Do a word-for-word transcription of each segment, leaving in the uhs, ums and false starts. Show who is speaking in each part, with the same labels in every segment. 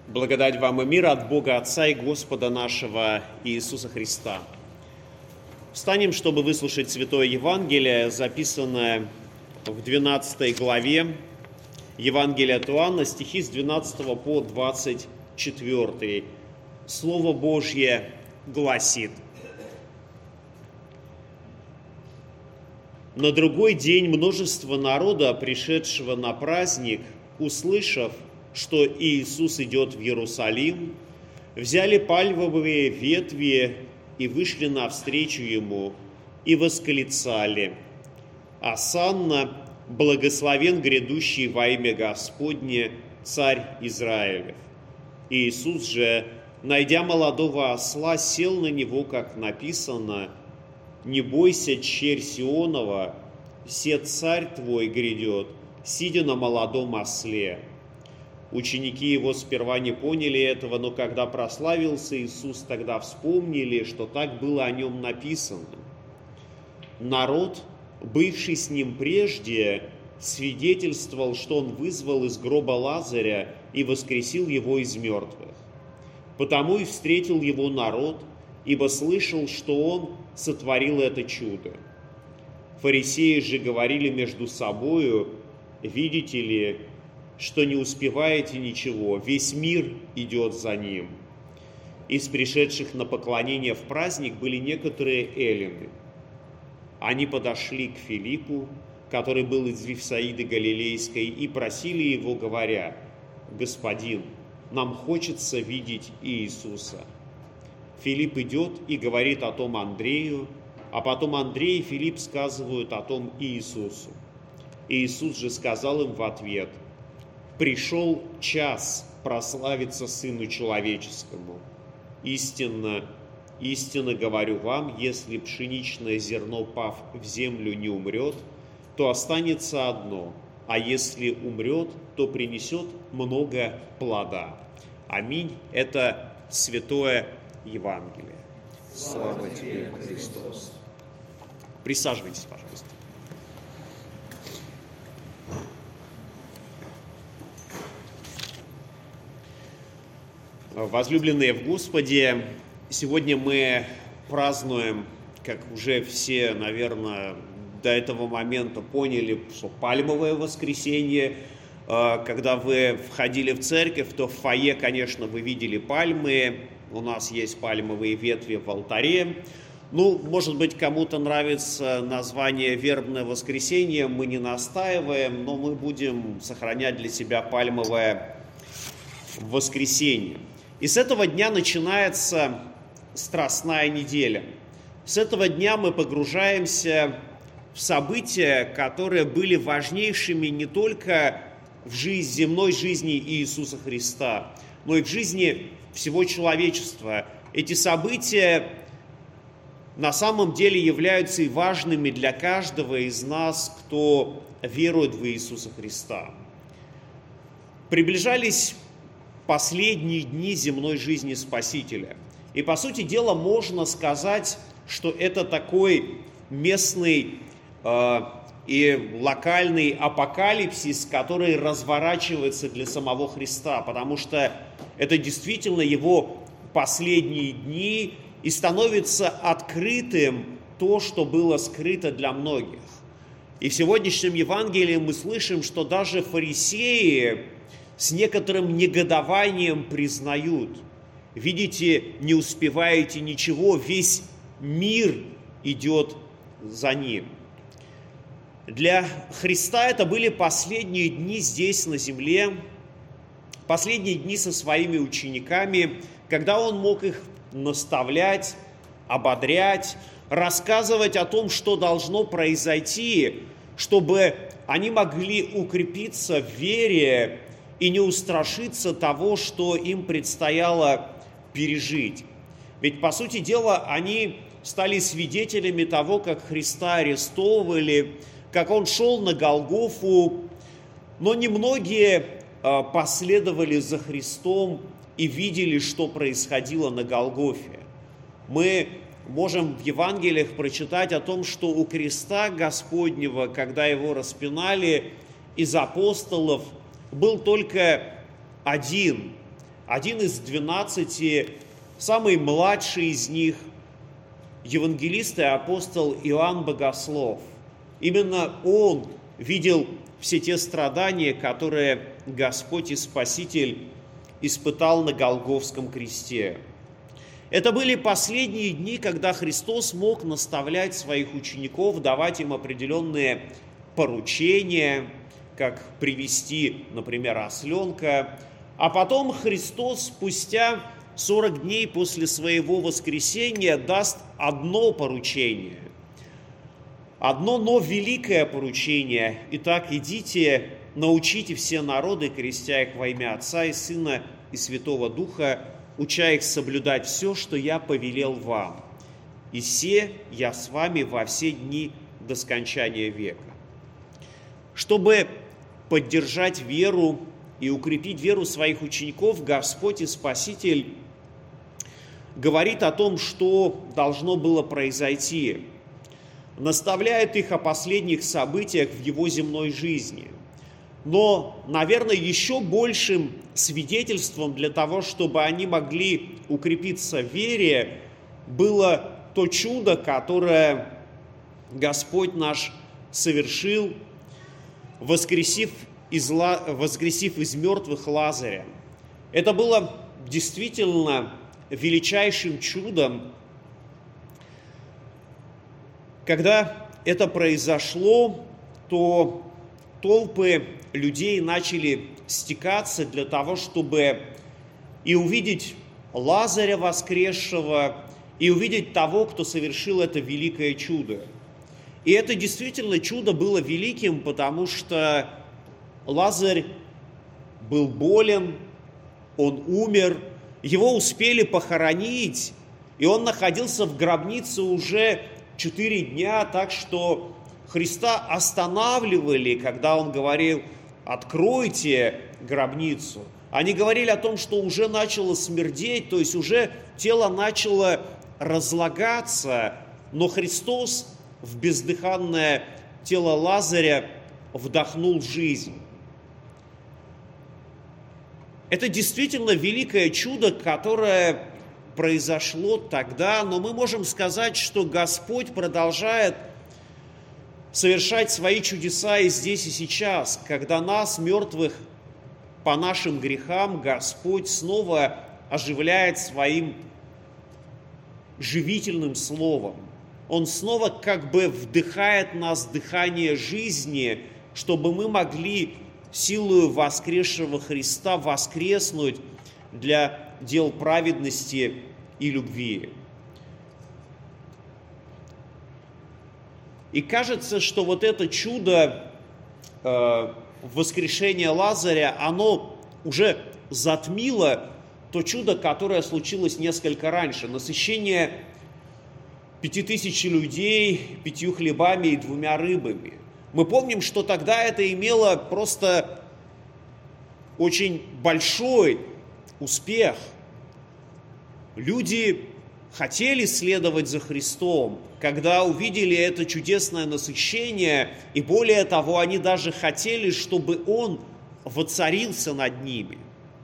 Speaker 1: Благодать вам и мир от Бога Отца и Господа нашего Иисуса Христа. Встанем, чтобы выслушать Святое Евангелие, записанное в двенадцатой главе Евангелия от Иоанна, стихи с двенадцатого по двадцать четвёртый. Слово Божье гласит: «На другой день множество народа, пришедшего на праздник, услышав, что Иисус идет в Иерусалим, взяли пальмовые ветви и вышли навстречу Ему, и восклицали: «Осанна, благословен грядущий во имя Господне, Царь Израилев». Иисус же, найдя молодого осла, сел на него, как написано: «Не бойся, черь Сионова, се царь твой грядет, сидя на молодом осле». Ученики его сперва не поняли этого, но когда прославился Иисус, тогда вспомнили, что так было о нем написано. Народ, бывший с ним прежде, свидетельствовал, что он вызвал из гроба Лазаря и воскресил его из мертвых. Потому и встретил его народ, ибо слышал, что он сотворил это чудо. Фарисеи же говорили между собою: «Видите ли, что не успеваете ничего, весь мир идет за ним». Из пришедших на поклонение в праздник были некоторые эллины. Они подошли к Филиппу, который был из Вифсаиды Галилейской, и просили его, говоря: «Господин, нам хочется видеть Иисуса». Филипп идет и говорит о том Андрею, а потом Андрей и Филипп сказывают о том Иисусу. Иисус же сказал им в ответ: «Пришел час прославиться Сыну Человеческому. Истинно, истинно говорю вам, если пшеничное зерно, пав в землю, не умрет, то останется одно, а если умрет, то принесет много плода». Аминь. Это Святое Евангелие.
Speaker 2: Слава тебе, Христос.
Speaker 1: Присаживайтесь, пожалуйста. Возлюбленные в Господе, сегодня мы празднуем, как уже все, наверное, до этого момента поняли, что Пальмовое воскресенье. Когда вы входили в церковь, то в фойе, конечно, вы видели пальмы. У нас есть пальмовые ветви в алтаре. Ну, может быть, кому-то нравится название «Вербное воскресенье», мы не настаиваем, но мы будем сохранять для себя Пальмовое воскресенье. И с этого дня начинается Страстная неделя. С этого дня мы погружаемся в события, которые были важнейшими не только в жизнь, земной жизни Иисуса Христа, но и в жизни всего человечества. Эти события на самом деле являются и важными для каждого из нас, кто верует в Иисуса Христа. Приближались последние дни земной жизни Спасителя. И, по сути дела, можно сказать, что это такой местный э, и локальный апокалипсис, который разворачивается для самого Христа, потому что это действительно его последние дни, и становится открытым то, что было скрыто для многих. И в сегодняшнем Евангелии мы слышим, что даже фарисеи с некоторым негодованием признают: видите, не успеваете ничего, весь мир идет за ним. Для Христа это были последние дни здесь, на земле, последние дни со своими учениками, когда он мог их наставлять, ободрять, рассказывать о том, что должно произойти, чтобы они могли укрепиться в вере и не устрашиться того, что им предстояло пережить. Ведь, по сути дела, они стали свидетелями того, как Христа арестовывали, как Он шел на Голгофу, но немногие последовали за Христом и видели, что происходило на Голгофе. Мы можем в Евангелиях прочитать о том, что у креста Господнего, когда Его распинали, из апостолов был только один. один из двенадцати, самый младший из них, евангелист и апостол Иоанн Богослов. Именно он видел все те страдания, которые Господь и Спаситель испытал на Голгофском кресте. Это были последние дни, когда Христос мог наставлять своих учеников, давать им определенные поручения, как привести, например, осленка. А потом Христос спустя сорок дней после своего воскресения даст одно поручение. Одно, но великое поручение. Итак, идите, научите все народы, крестя их во имя Отца и Сына и Святого Духа, уча их соблюдать все, что я повелел вам. И се я с вами во все дни до скончания века. Чтобы поддержать веру и укрепить веру своих учеников, Господь и Спаситель говорит о том, что должно было произойти, наставляет их о последних событиях в его земной жизни. Но, наверное, еще большим свидетельством для того, чтобы они могли укрепиться в вере, было то чудо, которое Господь наш совершил, воскресив из, воскресив из мертвых Лазаря. Это было действительно величайшим чудом. Когда это произошло, то толпы людей начали стекаться для того, чтобы и увидеть Лазаря воскресшего, и увидеть того, кто совершил это великое чудо. И это действительно чудо было великим, потому что Лазарь был болен, он умер, его успели похоронить, и он находился в гробнице уже четыре дня, так что Христа останавливали, когда он говорил: «Откройте гробницу». Они говорили о том, что уже начало смердеть, то есть уже тело начало разлагаться, но Христос в бездыханное тело Лазаря вдохнул жизнь. Это действительно великое чудо, которое произошло тогда, но мы можем сказать, что Господь продолжает совершать свои чудеса и здесь, и сейчас, когда нас, мертвых по нашим грехам, Господь снова оживляет своим живительным словом. Он снова как бы вдыхает в нас дыхание жизни, чтобы мы могли силою воскресшего Христа воскреснуть для дел праведности и любви. И кажется, что вот это чудо э, воскрешения Лазаря, оно уже затмило то чудо, которое случилось несколько раньше. Насыщение пяти тысяч людей пятью хлебами и двумя рыбами. Мы помним, что тогда это имело просто очень большой успех. Люди хотели следовать за Христом, когда увидели это чудесное насыщение, и более того, они даже хотели, чтобы Он воцарился над ними.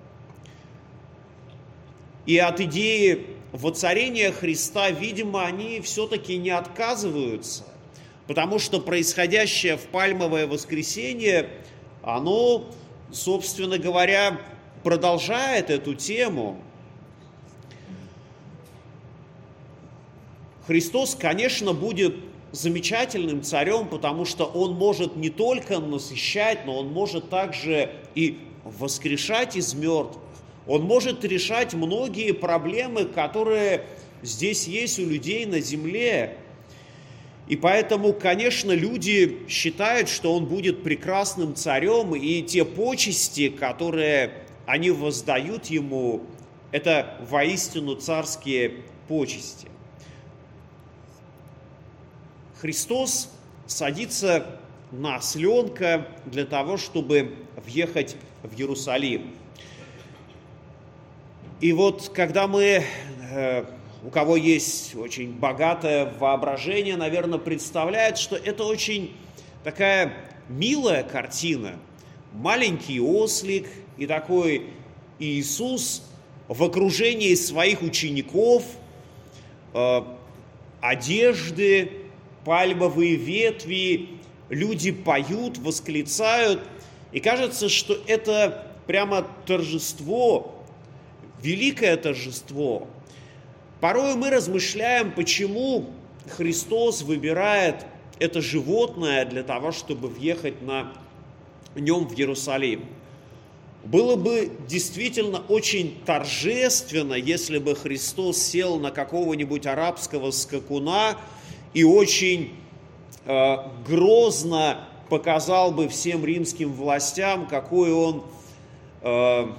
Speaker 1: И от идеи воцарения Христа, видимо, они все-таки не отказываются, потому что происходящее в Пальмовое воскресенье, оно, собственно говоря, продолжает эту тему. Христос, конечно, будет замечательным царем, потому что Он может не только насыщать, но Он может также и воскрешать из мертвых. Он может решать многие проблемы, которые здесь есть у людей на земле. И поэтому, конечно, люди считают, что Он будет прекрасным царем, и те почести, которые они воздают Ему, это воистину царские почести. Христос садится на осленка для того, чтобы въехать в Иерусалим. И вот когда мы, у кого есть очень богатое воображение, наверное, представляют, что это очень такая милая картина. Маленький ослик и такой Иисус в окружении своих учеников, э, одежды, пальмовые ветви, люди поют, восклицают. И кажется, что это прямо торжество, великое торжество. Порой мы размышляем, почему Христос выбирает это животное для того, чтобы въехать на нем в Иерусалим. Было бы действительно очень торжественно, если бы Христос сел на какого-нибудь арабского скакуна и очень э, грозно показал бы всем римским властям, какой он э,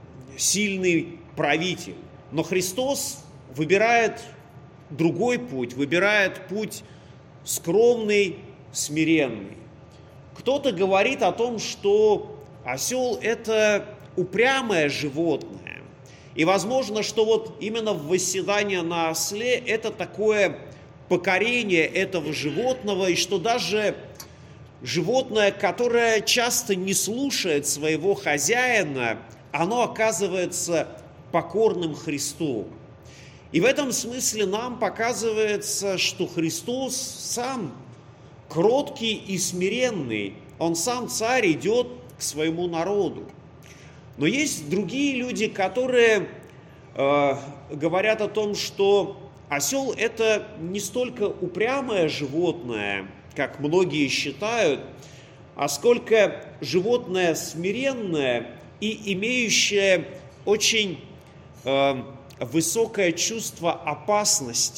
Speaker 1: сильный правитель. Но Христос выбирает другой путь, выбирает путь скромный, смиренный. Кто-то говорит о том, что осел – это упрямое животное. И возможно, что вот именно восседание на осле – это такое покорение этого животного, и что даже животное, которое часто не слушает своего хозяина, оно оказывается покорным Христу. И в этом смысле нам показывается, что Христос сам кроткий и смиренный. Он сам царь, идет к своему народу. Но есть другие люди, которые э, говорят о том, что осел – это не столько упрямое животное, как многие считают, а сколько животное смиренное и имеющее очень э, высокое чувство опасности.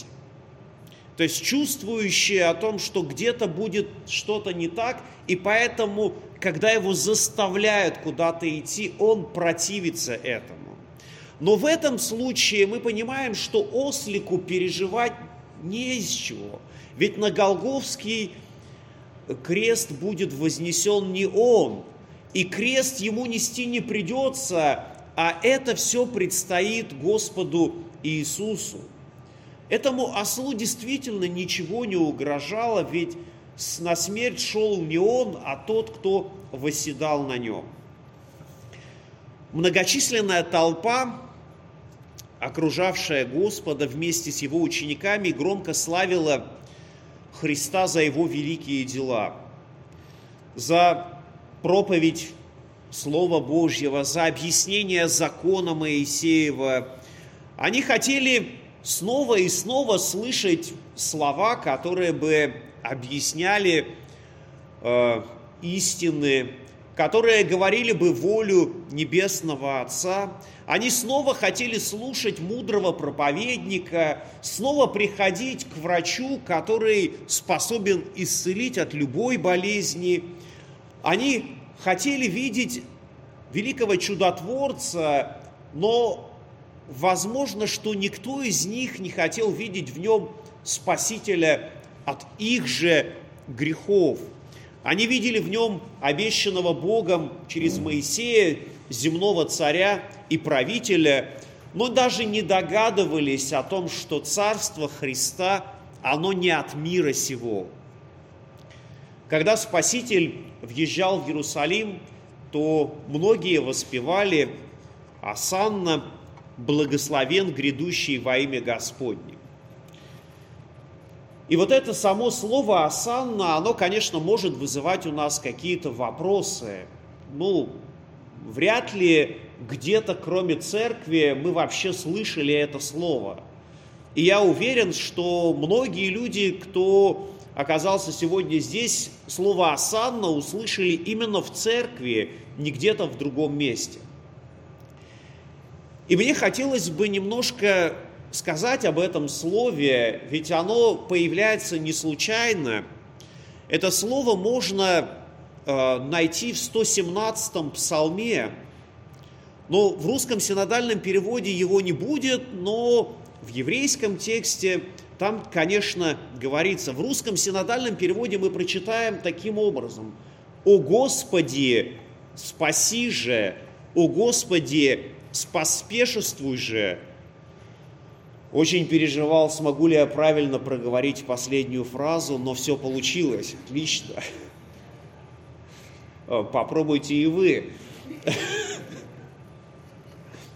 Speaker 1: То есть чувствующее о том, что где-то будет что-то не так, и поэтому, когда его заставляют куда-то идти, он противится этому. Но в этом случае мы понимаем, что ослику переживать не из чего. Ведь на Голгофский крест будет вознесен не он, и крест ему нести не придется, а это все предстоит Господу Иисусу. Этому ослу действительно ничего не угрожало, ведь на смерть шел не он, а тот, кто восседал на нем. Многочисленная толпа, окружавшая Господа вместе с его учениками, громко славила Христа за его великие дела, за проповедь Слова Божьего, за объяснение закона Моисеева. Они хотели снова и снова слышать слова, которые бы объясняли э, истины, которые говорили бы волю Небесного Отца. Они снова хотели слушать мудрого проповедника, снова приходить к врачу, который способен исцелить от любой болезни. Они хотели видеть великого чудотворца, но возможно, что никто из них не хотел видеть в нем спасителя от их же грехов. Они видели в нем обещанного Богом через Моисея земного царя и правителя, но даже не догадывались о том, что царство Христа, оно не от мира сего. Когда Спаситель въезжал в Иерусалим, то многие воспевали «Осанна, благословен грядущий во имя Господне». И вот это само слово «осанна», оно, конечно, может вызывать у нас какие-то вопросы. Ну, вряд ли где-то, кроме церкви, мы вообще слышали это слово. И я уверен, что многие люди, кто оказался сегодня здесь, слово «осанна» услышали именно в церкви, не где-то в другом месте. И мне хотелось бы немножко сказать об этом слове, ведь оно появляется не случайно. Это слово можно э, найти в сто семнадцатом псалме, но в русском синодальном переводе его не будет, но в еврейском тексте там, конечно, говорится. В русском синодальном переводе мы прочитаем таким образом: «О Господи, спаси же! О Господи, споспешествуй же!» Очень переживал, смогу ли я правильно проговорить последнюю фразу, но все получилось. Отлично. Попробуйте и вы.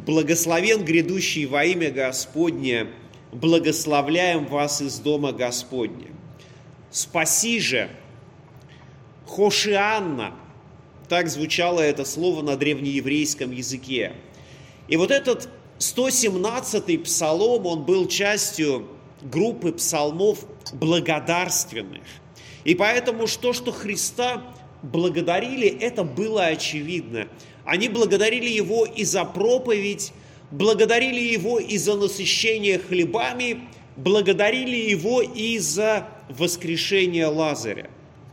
Speaker 1: благословен грядущий во имя Господне, благословляем вас из дома Господня. Спаси же, Хошианна, так звучало это слово на древнееврейском языке. И вот этот сто семнадцатый псалом, он был частью группы псалмов благодарственных. И поэтому то, что Христа благодарили, это было очевидно. Они благодарили Его и за проповедь, благодарили Его и за насыщение хлебами, благодарили Его и за воскрешение Лазаря.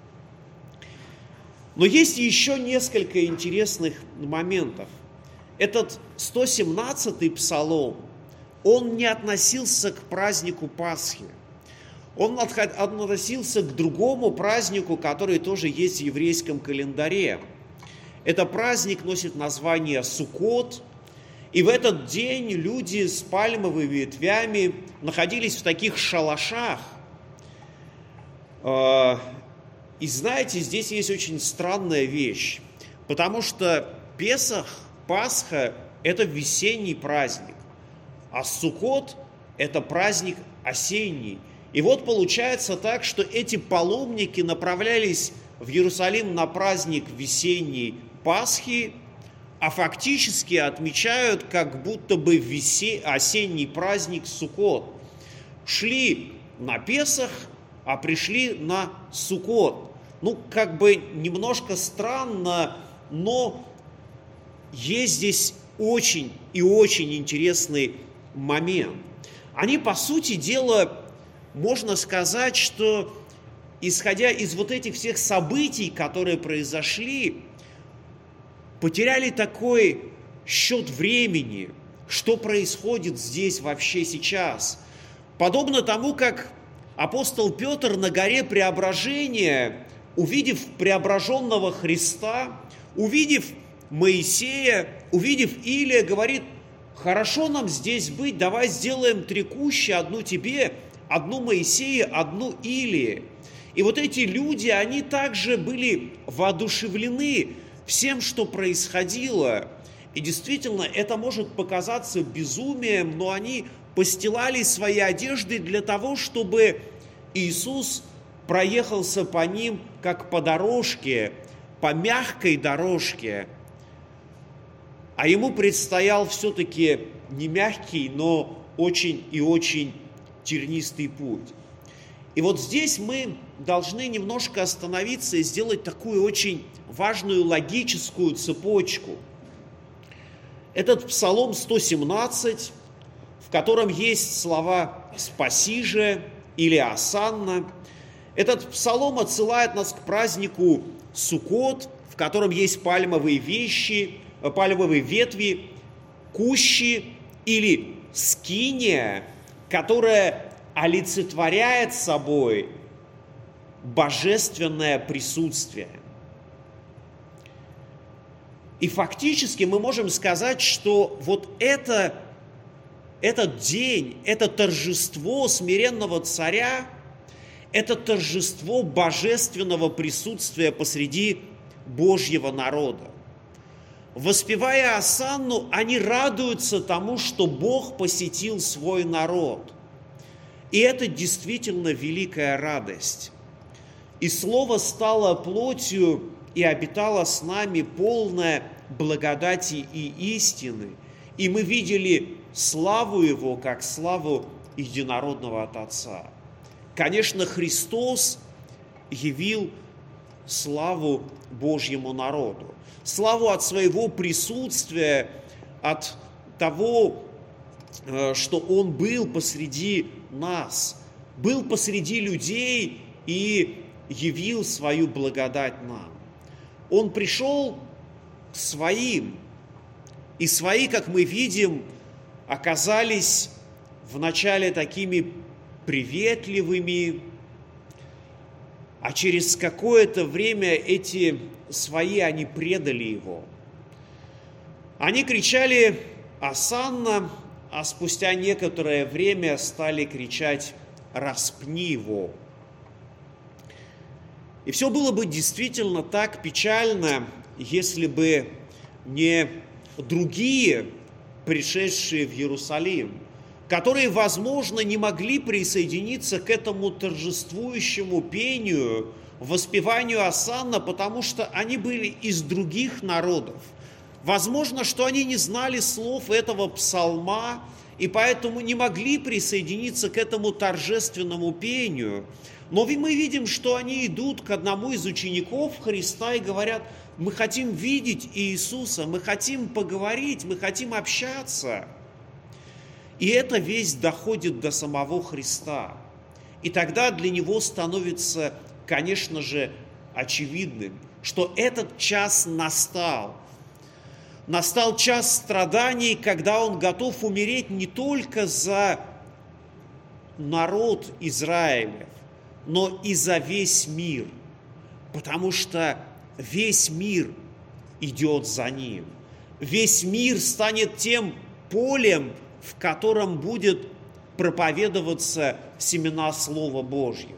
Speaker 1: Но есть еще несколько интересных моментов. Этот сто семнадцатый псалом, он не относился к празднику Пасхи. Он относился к другому празднику, который тоже есть в еврейском календаре. Этот праздник носит название Суккот. И в этот день люди с пальмовыми ветвями находились в таких шалашах. И знаете, здесь есть очень странная вещь, потому что Песах, Пасха – это весенний праздник, а Суккот – это праздник осенний. И вот получается так, что эти паломники направлялись в Иерусалим на праздник весенней Пасхи, а фактически отмечают как будто бы весе... осенний праздник Суккот. Шли на Песах, а пришли на Суккот. Ну, как бы немножко странно, но есть здесь очень и очень интересный момент. Они, по сути дела, можно сказать, что, исходя из вот этих всех событий, которые произошли, потеряли такой счет времени, что происходит здесь вообще сейчас. Подобно тому, как апостол Петр на горе Преображения, увидев преображенного Христа, увидев Моисея, увидев Илия, говорит: хорошо нам здесь быть, давай сделаем три кущи, одну тебе, одну Моисея, одну Илии. И вот эти люди, они также были воодушевлены всем, что происходило. И действительно, это может показаться безумием, но они постилали свои одежды для того, чтобы Иисус проехался по ним, как по дорожке, по мягкой дорожке. А ему предстоял все-таки не мягкий, но очень и очень тернистый путь. И вот здесь мы должны немножко остановиться и сделать такую очень важную логическую цепочку. Этот Псалом сто семнадцать, в котором есть слова «спаси же» или «осанна». Этот Псалом отсылает нас к празднику Суккот, в котором есть пальмовые вещи, пальмовые ветви, кущи или скиния, которая олицетворяет собой божественное присутствие. И фактически мы можем сказать, что вот это, этот день, это торжество смиренного царя, это торжество божественного присутствия посреди Божьего народа. Воспевая осанну, они радуются тому, что Бог посетил свой народ. И это действительно великая радость. И Слово стало плотью и обитало с нами, полное благодати и истины. И мы видели славу Его, как славу единородного от Отца. Конечно, Христос явил славу Божьему народу. Славу от своего присутствия, от того, что Он был посреди нас, был посреди людей и явил свою благодать нам. Он пришел к своим, и свои, как мы видим, оказались вначале такими приветливыми, а через какое-то время эти свои, они предали Его. Они кричали «Осанна», а спустя некоторое время стали кричать «Распни Его». И все было бы действительно так печально, если бы не другие пришедшие в Иерусалим, которые, возможно, не могли присоединиться к этому торжествующему пению, воспеванию Осанна, потому что они были из других народов. Возможно, что они не знали слов этого псалма, и поэтому не могли присоединиться к этому торжественному пению. Но мы видим, что они идут к одному из учеников Христа и говорят: мы хотим видеть Иисуса, мы хотим поговорить, мы хотим общаться. И эта весть доходит до самого Христа. И тогда для него становится, конечно же, очевидным, что этот час настал. Настал час страданий, когда он готов умереть не только за народ Израилев, но и за весь мир, потому что весь мир идет за ним. Весь мир станет тем полем, в котором будет проповедоваться семена Слова Божьего.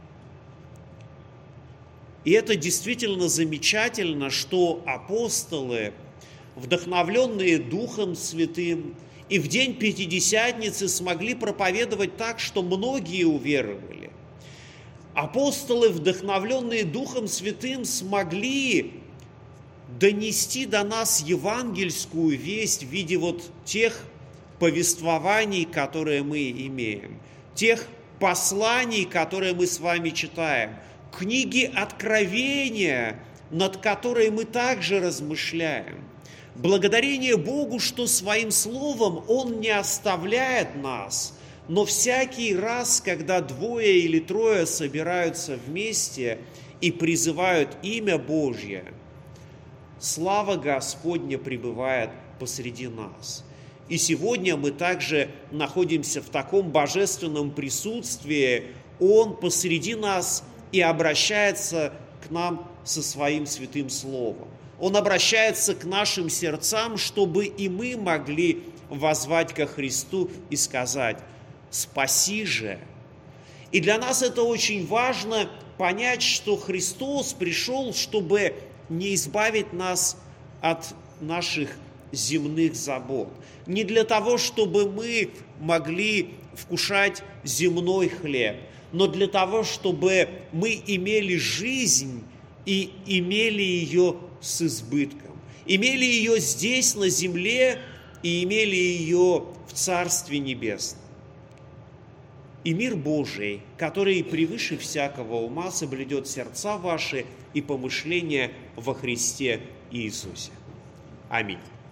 Speaker 1: И это действительно замечательно, что апостолы, вдохновленные Духом Святым, и в день Пятидесятницы смогли проповедовать так, что многие уверовали. Апостолы, вдохновленные Духом Святым, смогли донести до нас евангельскую весть в виде вот тех повествований, которые мы имеем, тех посланий, которые мы с вами читаем, книги Откровения, над которой мы также размышляем. Благодарение Богу, что своим словом Он не оставляет нас, но всякий раз, когда двое или трое собираются вместе и призывают имя Божье, слава Господня пребывает посреди нас. И сегодня мы также находимся в таком божественном присутствии. Он посреди нас и обращается к нам со своим святым словом. Он обращается к нашим сердцам, чтобы и мы могли воззвать ко Христу и сказать: «Спаси же». И для нас это очень важно понять, что Христос пришел, чтобы не избавить нас от наших земных забот. Не для того, чтобы мы могли вкушать земной хлеб, но для того, чтобы мы имели жизнь и имели ее с избытком. Имели ее здесь, на земле, и имели ее в Царстве Небесном. И мир Божий, который превыше всякого ума, соблюдет сердца ваши и помышления во Христе Иисусе. Аминь.